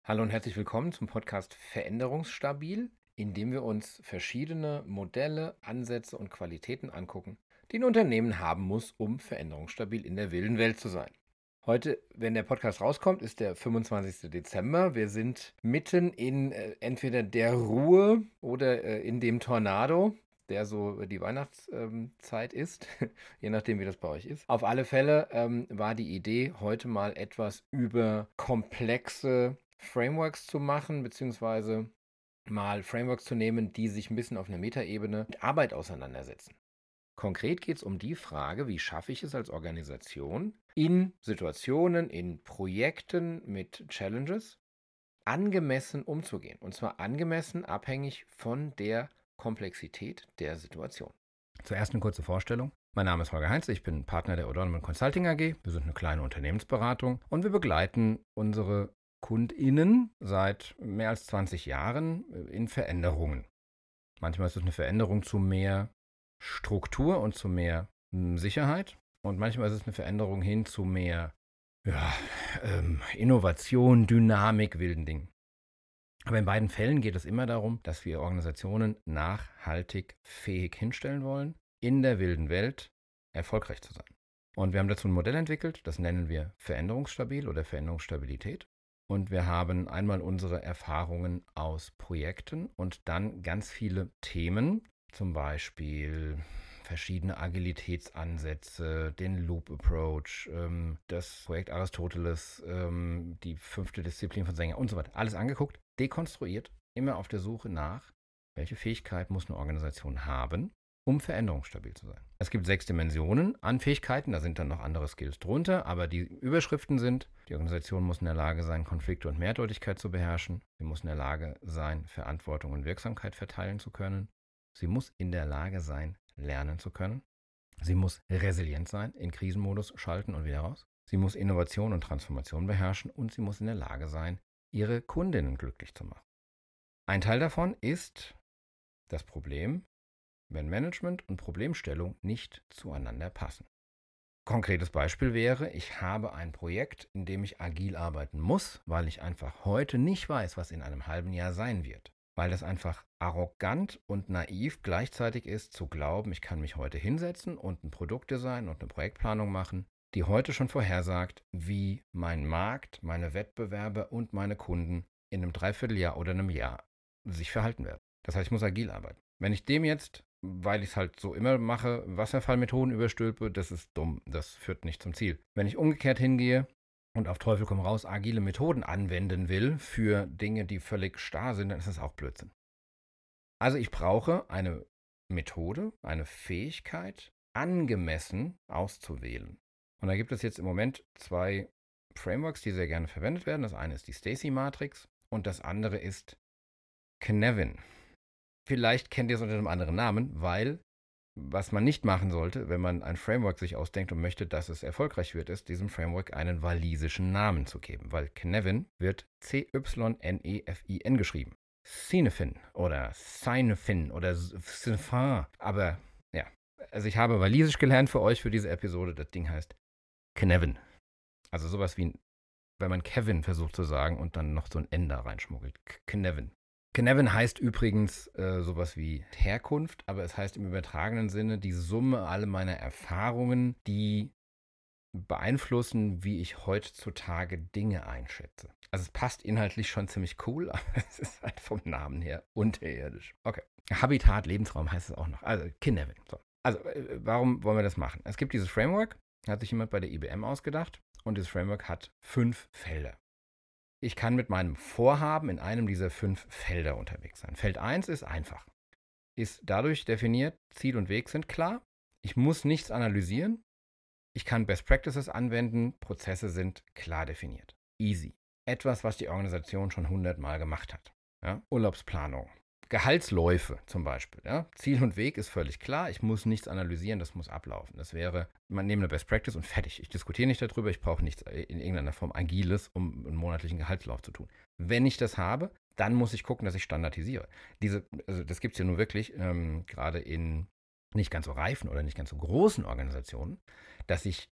Hallo und herzlich willkommen zum Podcast Veränderungsstabil, in dem wir uns verschiedene Modelle, Ansätze und Qualitäten angucken, die ein Unternehmen haben muss, um veränderungsstabil in der wilden Welt zu sein. Heute, wenn der Podcast rauskommt, ist der 25. Dezember. Wir sind mitten in entweder der Ruhe oder in dem Tornado, der so die Weihnachtszeit ist, je nachdem, wie das bei euch ist. Auf alle Fälle war die Idee, heute mal etwas über komplexe Frameworks zu machen, beziehungsweise mal Frameworks zu nehmen, die sich ein bisschen auf einer Metaebene mit Arbeit auseinandersetzen. Konkret geht es um die Frage, wie schaffe ich es als Organisation, in Situationen, in Projekten mit Challenges angemessen umzugehen. Und zwar angemessen abhängig von der Komplexität der Situation. Zuerst eine kurze Vorstellung. Mein Name ist Holger Heinz, ich bin Partner der O'Donovan Consulting AG. Wir sind eine kleine Unternehmensberatung und wir begleiten unsere KundInnen seit mehr als 20 Jahren in Veränderungen. Manchmal ist es eine Veränderung zu mehr Struktur und zu mehr Sicherheit und manchmal ist es eine Veränderung hin zu mehr Innovation, Dynamik, wilden Dingen. Aber in beiden Fällen geht es immer darum, dass wir Organisationen nachhaltig fähig hinstellen wollen, in der wilden Welt erfolgreich zu sein. Und wir haben dazu ein Modell entwickelt, das nennen wir Veränderungsstabil oder Veränderungsstabilität. Und wir haben einmal unsere Erfahrungen aus Projekten und dann ganz viele Themen, zum Beispiel verschiedene Agilitätsansätze, den Loop Approach, das Projekt Aristoteles, die 5. Disziplin von Sänger und so weiter. Alles angeguckt, dekonstruiert, immer auf der Suche nach, welche Fähigkeit muss eine Organisation haben, um veränderungsstabil zu sein. Es gibt 6 Dimensionen an Fähigkeiten, da sind dann noch andere Skills drunter, aber die Überschriften sind, die Organisation muss in der Lage sein, Konflikte und Mehrdeutigkeit zu beherrschen, sie muss in der Lage sein, Verantwortung und Wirksamkeit verteilen zu können, sie muss in der Lage sein, lernen zu können, sie muss resilient sein, in Krisenmodus schalten und wieder raus, sie muss Innovation und Transformation beherrschen und sie muss in der Lage sein, ihre Kundinnen glücklich zu machen. Ein Teil davon ist das Problem, wenn Management und Problemstellung nicht zueinander passen. Konkretes Beispiel wäre, ich habe ein Projekt, in dem ich agil arbeiten muss, weil ich einfach heute nicht weiß, was in einem halben Jahr sein wird. Weil das einfach arrogant und naiv gleichzeitig ist, zu glauben, ich kann mich heute hinsetzen und ein Produktdesign und eine Projektplanung machen, die heute schon vorhersagt, wie mein Markt, meine Wettbewerber und meine Kunden in einem Dreivierteljahr oder einem Jahr sich verhalten werden. Das heißt, ich muss agil arbeiten. Wenn ich dem jetzt, weil ich es halt so immer mache, Wasserfallmethoden überstülpe, das ist dumm. Das führt nicht zum Ziel. Wenn ich umgekehrt hingehe und auf Teufel komm raus agile Methoden anwenden will für Dinge, die völlig starr sind, dann ist das auch Blödsinn. Also ich brauche eine Methode, eine Fähigkeit, angemessen auszuwählen. Und da gibt es jetzt im Moment 2 Frameworks, die sehr gerne verwendet werden. Das eine ist die Stacy-Matrix und das andere ist Cynefin. Vielleicht kennt ihr es unter einem anderen Namen, weil was man nicht machen sollte, wenn man ein Framework sich ausdenkt und möchte, dass es erfolgreich wird, ist, diesem Framework einen walisischen Namen zu geben, weil Cynefin wird Cynefin geschrieben. Cynefin oder Cynefin oder Cynefin. Aber ja, also ich habe walisisch gelernt für euch für diese Episode. Das Ding heißt Cynefin. Also sowas wie, wenn man Kevin versucht zu sagen und dann noch so ein N da reinschmuggelt. Cynefin. Cynefin heißt übrigens sowas wie Herkunft, aber es heißt im übertragenen Sinne die Summe all meiner Erfahrungen, die beeinflussen, wie ich heutzutage Dinge einschätze. Also es passt inhaltlich schon ziemlich cool, aber es ist halt vom Namen her unterirdisch. Okay. Habitat, Lebensraum heißt es auch noch. Also Cynefin. So. Also warum wollen wir das machen? Es gibt dieses Framework, hat sich jemand bei der IBM ausgedacht und dieses Framework hat 5 Felder. Ich kann mit meinem Vorhaben in einem dieser 5 Felder unterwegs sein. Feld 1 ist einfach. Ist dadurch definiert, Ziel und Weg sind klar. Ich muss nichts analysieren. Ich kann Best Practices anwenden. Prozesse sind klar definiert. Easy. Etwas, was die Organisation schon 100-mal gemacht hat. Ja? Urlaubsplanung. Gehaltsläufe zum Beispiel. Ja? Ziel und Weg ist völlig klar. Ich muss nichts analysieren, das muss ablaufen. Das wäre, man nehme eine Best Practice und fertig. Ich diskutiere nicht darüber, ich brauche nichts in irgendeiner Form Agiles, um einen monatlichen Gehaltslauf zu tun. Wenn ich das habe, dann muss ich gucken, dass ich standardisiere. Also das gibt es ja nur wirklich, gerade in nicht ganz so reifen oder nicht ganz so großen Organisationen, dass ich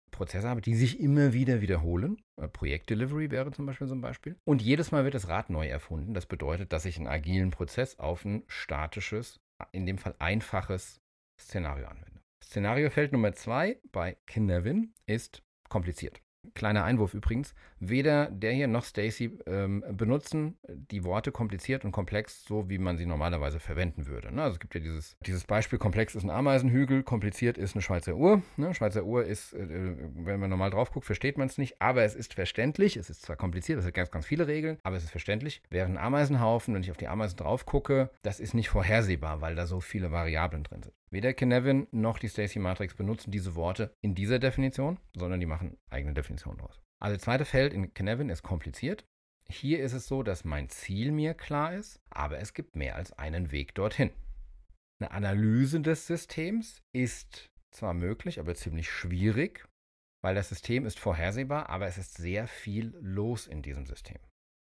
Prozesse habe, die sich immer wieder wiederholen. Projektdelivery wäre zum Beispiel so ein Beispiel. Und jedes Mal wird das Rad neu erfunden. Das bedeutet, dass ich einen agilen Prozess auf ein statisches, in dem Fall einfaches Szenario anwende. Szenariofeld Nummer 2 bei Cynefin ist kompliziert. Kleiner Einwurf übrigens, weder der hier noch Stacy benutzen die Worte kompliziert und komplex so, wie man sie normalerweise verwenden würde. Ne? Also es gibt ja dieses Beispiel, komplex ist ein Ameisenhügel, kompliziert ist eine Schweizer Uhr. Ne? Schweizer Uhr ist, wenn man normal drauf guckt, versteht man es nicht, aber es ist verständlich. Es ist zwar kompliziert, es hat ganz, ganz viele Regeln, aber es ist verständlich. Während ein Ameisenhaufen, wenn ich auf die Ameisen drauf gucke, das ist nicht vorhersehbar, weil da so viele Variablen drin sind. Weder Cynefin noch die Stacy Matrix benutzen diese Worte in dieser Definition, sondern die machen eigene Definitionen draus. Also das zweite Feld in Cynefin ist kompliziert. Hier ist es so, dass mein Ziel mir klar ist, aber es gibt mehr als einen Weg dorthin. Eine Analyse des Systems ist zwar möglich, aber ziemlich schwierig, weil das System ist vorhersehbar, aber es ist sehr viel los in diesem System.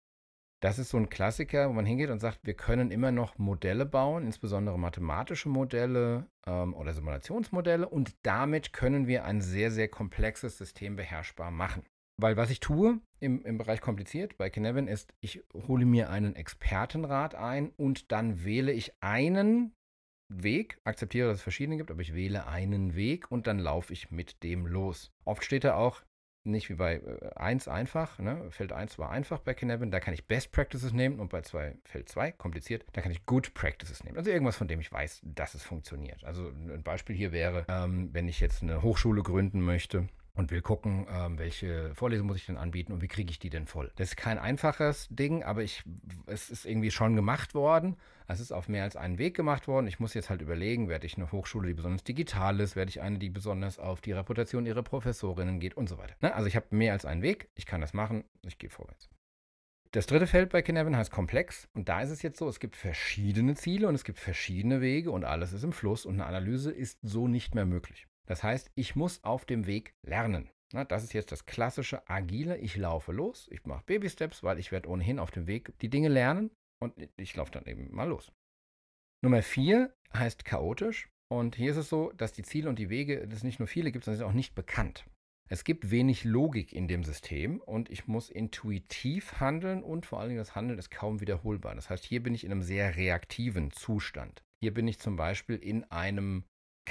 Das ist so ein Klassiker, wo man hingeht und sagt, wir können immer noch Modelle bauen, insbesondere mathematische Modelle oder Simulationsmodelle, und damit können wir ein sehr, sehr komplexes System beherrschbar machen. Weil was ich tue im Bereich kompliziert bei Cynefin ist, ich hole mir einen Expertenrat ein und dann wähle ich einen Weg, akzeptiere, dass es verschiedene gibt, aber ich wähle einen Weg und dann laufe ich mit dem los. Oft steht da auch, nicht wie bei 1 einfach, ne? Feld 1 war einfach bei Cynefin, da kann ich Best Practices nehmen, und bei Feld 2, kompliziert, da kann ich Good Practices nehmen. Also irgendwas, von dem ich weiß, dass es funktioniert. Also ein Beispiel hier wäre, wenn ich jetzt eine Hochschule gründen möchte und will gucken, welche Vorlesungen muss ich denn anbieten und wie kriege ich die denn voll. Das ist kein einfaches Ding, aber es ist irgendwie schon gemacht worden. Es ist auf mehr als einen Weg gemacht worden. Ich muss jetzt halt überlegen, werde ich eine Hochschule, die besonders digital ist, werde ich eine, die besonders auf die Reputation ihrer Professorinnen geht und so weiter. Ne? Also ich habe mehr als einen Weg, ich kann das machen, ich gehe vorwärts. Das dritte Feld bei Cynefin heißt komplex, und da ist es jetzt so, es gibt verschiedene Ziele und es gibt verschiedene Wege und alles ist im Fluss und eine Analyse ist so nicht mehr möglich. Das heißt, ich muss auf dem Weg lernen. Na, das ist jetzt das klassische Agile. Ich laufe los, ich mache Baby-Steps, weil ich werde ohnehin auf dem Weg die Dinge lernen und ich laufe dann eben mal los. Nummer 4 heißt chaotisch, und hier ist es so, dass die Ziele und die Wege, das nicht nur viele gibt, sondern sind auch nicht bekannt. Es gibt wenig Logik in dem System und ich muss intuitiv handeln und vor allen Dingen das Handeln ist kaum wiederholbar. Das heißt, hier bin ich in einem sehr reaktiven Zustand. Hier bin ich zum Beispiel in einem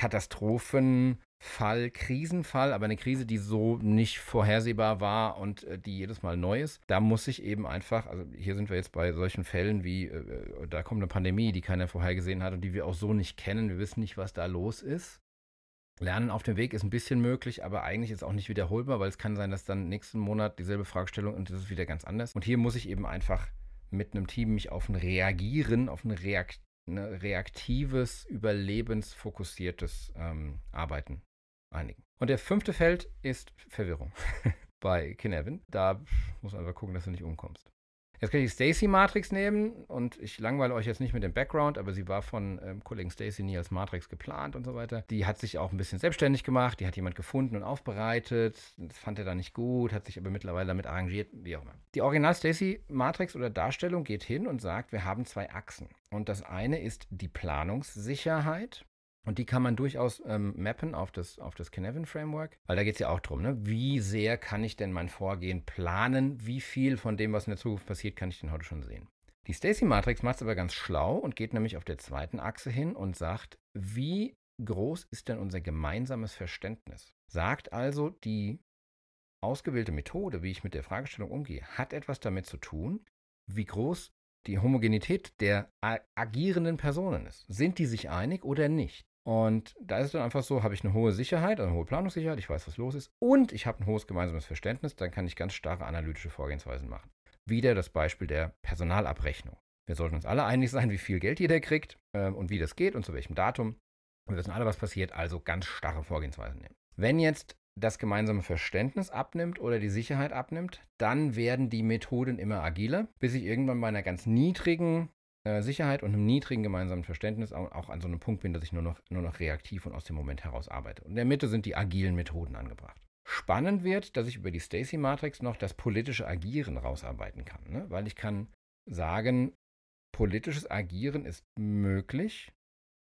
Katastrophenfall, Krisenfall, aber eine Krise, die so nicht vorhersehbar war und die jedes Mal neu ist. Da muss ich eben einfach, also hier sind wir jetzt bei solchen Fällen wie, da kommt eine Pandemie, die keiner vorhergesehen hat und die wir auch so nicht kennen. Wir wissen nicht, was da los ist. Lernen auf dem Weg ist ein bisschen möglich, aber eigentlich ist es auch nicht wiederholbar, weil es kann sein, dass dann nächsten Monat dieselbe Fragestellung und das ist wieder ganz anders. Und hier muss ich eben einfach mit einem Team mich auf ein Reagieren, auf ein reaktives, überlebensfokussiertes Arbeiten einigen. Und der 5. Feld ist Verwirrung bei Cynefin. Da muss man einfach gucken, dass du nicht umkommst. Jetzt kann ich die Stacy-Matrix nehmen und ich langweile euch jetzt nicht mit dem Background, aber sie war von Kollegen Stacy nie als Matrix geplant und so weiter. Die hat sich auch ein bisschen selbstständig gemacht, die hat jemand gefunden und aufbereitet. Das fand er dann nicht gut, hat sich aber mittlerweile damit arrangiert, wie auch immer. Die Original-Stacy-Matrix oder Darstellung geht hin und sagt, wir haben 2 Achsen. Und das eine ist die Planungssicherheit. Und die kann man durchaus mappen auf das Cynefin-Framework, weil da geht es ja auch darum, ne? Wie sehr kann ich denn mein Vorgehen planen? Wie viel von dem, was in der Zukunft passiert, kann ich denn heute schon sehen? Die Stacy-Matrix macht es aber ganz schlau und geht nämlich auf der zweiten Achse hin und sagt, wie groß ist denn unser gemeinsames Verständnis? Sagt also, die ausgewählte Methode, wie ich mit der Fragestellung umgehe, hat etwas damit zu tun, wie groß die Homogenität der agierenden Personen ist. Sind die sich einig oder nicht? Und da ist es dann einfach so, habe ich eine hohe Sicherheit, eine hohe Planungssicherheit, ich weiß, was los ist, und ich habe ein hohes gemeinsames Verständnis, dann kann ich ganz starre analytische Vorgehensweisen machen. Wieder das Beispiel der Personalabrechnung. Wir sollten uns alle einig sein, wie viel Geld jeder kriegt und wie das geht und zu welchem Datum. Wir wissen alle, was passiert, also ganz starre Vorgehensweisen nehmen. Wenn jetzt das gemeinsame Verständnis abnimmt oder die Sicherheit abnimmt, dann werden die Methoden immer agiler, bis ich irgendwann bei einer ganz niedrigen Sicherheit und einem niedrigen gemeinsamen Verständnis auch an so einem Punkt bin, dass ich nur noch reaktiv und aus dem Moment heraus arbeite. Und in der Mitte sind die agilen Methoden angebracht. Spannend wird, dass ich über die Stacy-Matrix noch das politische Agieren rausarbeiten kann, ne? Weil ich kann sagen, politisches Agieren ist möglich,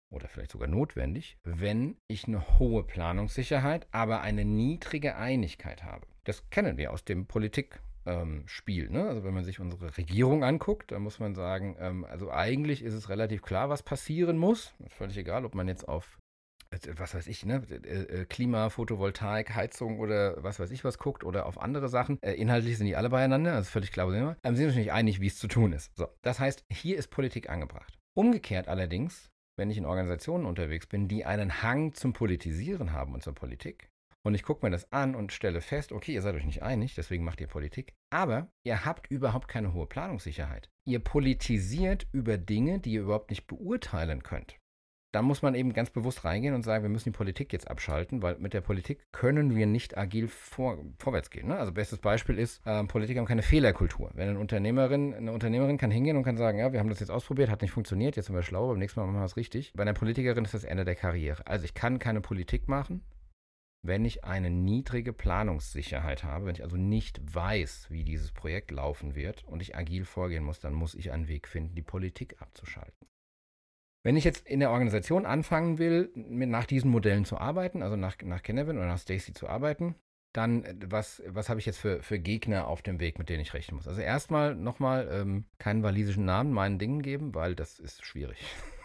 oder vielleicht sogar notwendig, wenn ich eine hohe Planungssicherheit, aber eine niedrige Einigkeit habe. Das kennen wir aus dem Politikspiel. Ne? Also wenn man sich unsere Regierung anguckt, dann muss man sagen, also eigentlich ist es relativ klar, was passieren muss. Ist völlig egal, ob man jetzt auf was weiß ich, ne? Klima, Photovoltaik, Heizung oder was weiß ich was guckt oder auf andere Sachen. Inhaltlich sind die alle beieinander, das ist völlig klar. Wir sind uns nicht einig, wie es zu tun ist. So, das heißt, hier ist Politik angebracht. Umgekehrt allerdings, wenn ich in Organisationen unterwegs bin, die einen Hang zum Politisieren haben und zur Politik, und ich gucke mir das an und stelle fest, okay, ihr seid euch nicht einig, deswegen macht ihr Politik, aber ihr habt überhaupt keine hohe Planungssicherheit. Ihr politisiert über Dinge, die ihr überhaupt nicht beurteilen könnt. Da muss man eben ganz bewusst reingehen und sagen, wir müssen die Politik jetzt abschalten, weil mit der Politik können wir nicht agil vorwärts gehen. Ne? Also bestes Beispiel ist, Politiker haben keine Fehlerkultur. Wenn eine Unternehmerin kann hingehen und kann sagen, ja, wir haben das jetzt ausprobiert, hat nicht funktioniert, jetzt sind wir schlau, beim nächsten Mal machen wir es richtig. Bei einer Politikerin ist das Ende der Karriere. Also ich kann keine Politik machen, wenn ich eine niedrige Planungssicherheit habe, wenn ich also nicht weiß, wie dieses Projekt laufen wird und ich agil vorgehen muss, dann muss ich einen Weg finden, die Politik abzuschalten. Wenn ich jetzt in der Organisation anfangen will, nach diesen Modellen zu arbeiten, also nach Cynefin oder nach Stacey zu arbeiten, dann was habe ich jetzt für Gegner auf dem Weg, mit denen ich rechnen muss? Also erstmal nochmal keinen walisischen Namen meinen Dingen geben, weil das ist schwierig.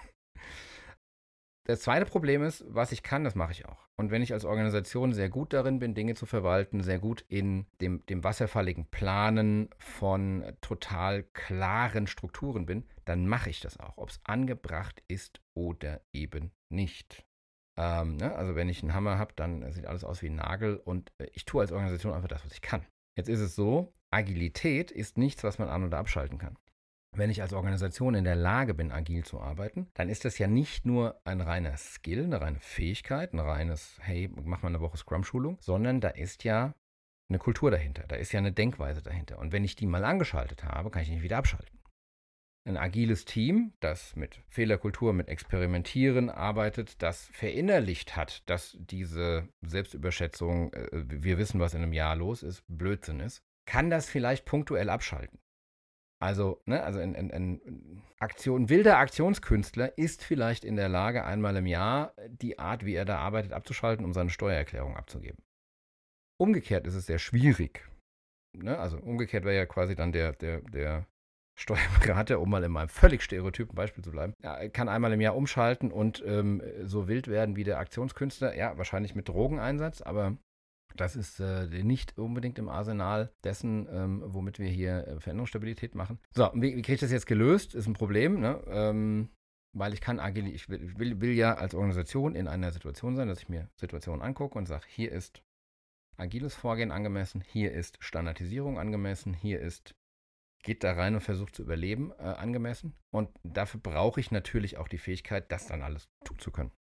Das zweite Problem ist, was ich kann, das mache ich auch. Und wenn ich als Organisation sehr gut darin bin, Dinge zu verwalten, sehr gut in dem wasserfalligen Planen von total klaren Strukturen bin, dann mache ich das auch, ob es angebracht ist oder eben nicht. Ne? Also wenn ich einen Hammer habe, dann sieht alles aus wie ein Nagel und ich tue als Organisation einfach das, was ich kann. Jetzt ist es so, Agilität ist nichts, was man an- oder abschalten kann. Wenn ich als Organisation in der Lage bin, agil zu arbeiten, dann ist das ja nicht nur ein reiner Skill, eine reine Fähigkeit, ein reines, hey, mach mal eine Woche Scrum-Schulung, sondern da ist ja eine Kultur dahinter, da ist ja eine Denkweise dahinter. Und wenn ich die mal angeschaltet habe, kann ich nicht wieder abschalten. Ein agiles Team, das mit Fehlerkultur, mit Experimentieren arbeitet, das verinnerlicht hat, dass diese Selbstüberschätzung, wir wissen, was in einem Jahr los ist, Blödsinn ist, kann das vielleicht punktuell abschalten. Also, ne, also ein wilder Aktionskünstler ist vielleicht in der Lage, einmal im Jahr die Art, wie er da arbeitet, abzuschalten, um seine Steuererklärung abzugeben. Umgekehrt ist es sehr schwierig. Ne? Also umgekehrt wäre ja quasi dann der Steuerberater, um mal in meinem völlig stereotypen Beispiel zu bleiben, ja, kann einmal im Jahr umschalten und so wild werden wie der Aktionskünstler. Ja, wahrscheinlich mit Drogeneinsatz, aber das ist nicht unbedingt im Arsenal dessen, womit wir hier Veränderungsstabilität machen. So, wie kriege ich das jetzt gelöst? Ist ein Problem, ne? Weil ich will ja als Organisation in einer Situation sein, dass ich mir Situationen angucke und sage, hier ist agiles Vorgehen angemessen, hier ist Standardisierung angemessen, hier ist geht da rein und versucht zu überleben angemessen. Und dafür brauche ich natürlich auch die Fähigkeit, das dann alles tun zu können.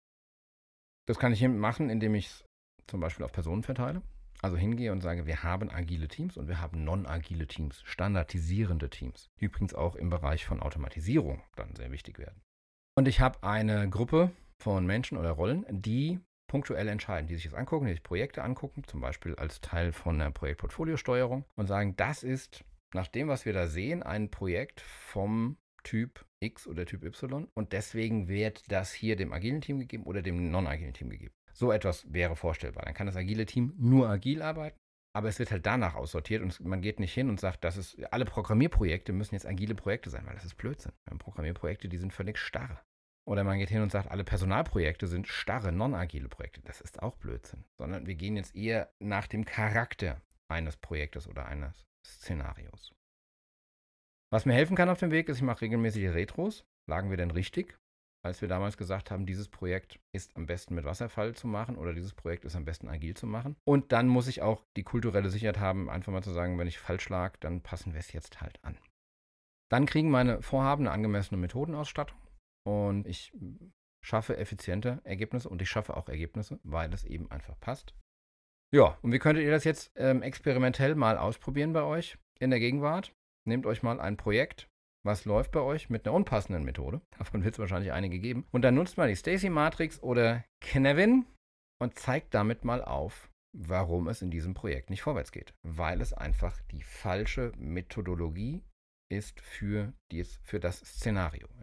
Das kann ich machen, indem ich es zum Beispiel auf Personen verteile. Also hingehe und sage, wir haben agile Teams und wir haben non-agile Teams, standardisierende Teams, die übrigens auch im Bereich von Automatisierung dann sehr wichtig werden. Und ich habe eine Gruppe von Menschen oder Rollen, die punktuell entscheiden, die sich das angucken, die sich Projekte angucken, zum Beispiel als Teil von einer Projektportfoliosteuerung und sagen, das ist nach dem, was wir da sehen, ein Projekt vom Typ X oder Typ Y und deswegen wird das hier dem agilen Team gegeben oder dem non-agilen Team gegeben. So etwas wäre vorstellbar. Dann kann das agile Team nur agil arbeiten, aber es wird halt danach aussortiert und man geht nicht hin und sagt, alle Programmierprojekte müssen jetzt agile Projekte sein, weil das ist Blödsinn. Wir haben Programmierprojekte, die sind völlig starr. Oder man geht hin und sagt, alle Personalprojekte sind starre, non-agile Projekte. Das ist auch Blödsinn. Sondern wir gehen jetzt eher nach dem Charakter eines Projektes oder eines Szenarios. Was mir helfen kann auf dem Weg ist, ich mache regelmäßige Retros. Lagen wir denn richtig? Als wir damals gesagt haben, dieses Projekt ist am besten mit Wasserfall zu machen oder dieses Projekt ist am besten agil zu machen. Und dann muss ich auch die kulturelle Sicherheit haben, einfach mal zu sagen, wenn ich falsch lag, dann passen wir es jetzt halt an. Dann kriegen meine Vorhaben eine angemessene Methodenausstattung und ich schaffe effiziente Ergebnisse und ich schaffe auch Ergebnisse, weil es eben einfach passt. Ja, und wie könntet ihr das jetzt experimentell mal ausprobieren bei euch in der Gegenwart? Nehmt euch mal ein Projekt, was läuft bei euch mit einer unpassenden Methode. Davon wird es wahrscheinlich einige geben. Und dann nutzt mal die Stacey-Matrix oder Cynefin und zeigt damit mal auf, warum es in diesem Projekt nicht vorwärts geht. Weil es einfach die falsche Methodologie ist für das Szenario. Ja?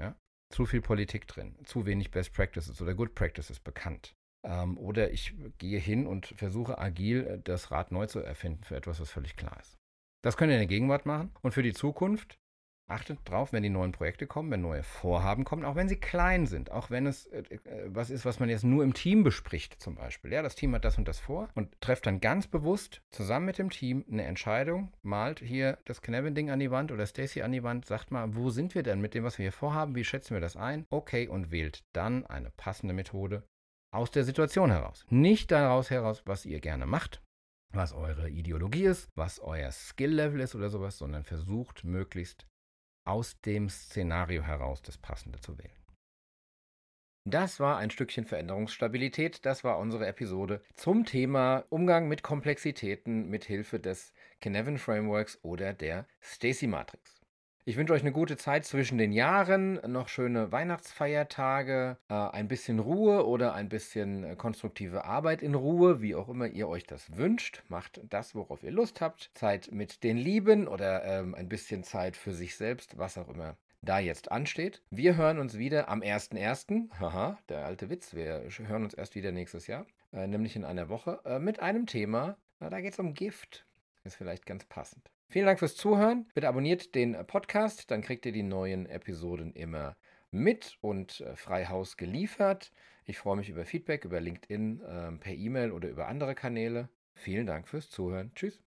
zu viel Politik drin, zu wenig Best Practices oder Good Practices bekannt. Oder ich gehe hin und versuche agil das Rad neu zu erfinden für etwas, was völlig klar ist. Das könnt ihr in der Gegenwart machen. Und für die Zukunft, achtet drauf, wenn die neuen Projekte kommen, wenn neue Vorhaben kommen, auch wenn sie klein sind, auch wenn es was ist, was man jetzt nur im Team bespricht zum Beispiel. Ja, das Team hat das und das vor und trefft dann ganz bewusst zusammen mit dem Team eine Entscheidung, malt hier das Knevin-Ding an die Wand oder Stacy an die Wand, sagt mal, wo sind wir denn mit dem, was wir hier vorhaben, wie schätzen wir das ein? Okay, und wählt dann eine passende Methode aus der Situation heraus. Nicht daraus heraus, was ihr gerne macht, was eure Ideologie ist, was euer Skill-Level ist oder sowas, sondern versucht möglichst aus dem Szenario heraus das Passende zu wählen. Das war ein Stückchen Veränderungsstabilität. Das war unsere Episode zum Thema Umgang mit Komplexitäten mit Hilfe des Cynefin Frameworks oder der Stacy Matrix. Ich wünsche euch eine gute Zeit zwischen den Jahren, noch schöne Weihnachtsfeiertage, ein bisschen Ruhe oder ein bisschen konstruktive Arbeit in Ruhe, wie auch immer ihr euch das wünscht. Macht das, worauf ihr Lust habt. Zeit mit den Lieben oder ein bisschen Zeit für sich selbst, was auch immer da jetzt ansteht. Wir hören uns wieder am 1.1. Haha, der alte Witz. Wir hören uns erst wieder nächstes Jahr, nämlich in einer Woche, mit einem Thema. Da geht es um Gift. Ist vielleicht ganz passend. Vielen Dank fürs Zuhören. Bitte abonniert den Podcast, dann kriegt ihr die neuen Episoden immer mit und frei Haus geliefert. Ich freue mich über Feedback, über LinkedIn, per E-Mail oder über andere Kanäle. Vielen Dank fürs Zuhören. Tschüss.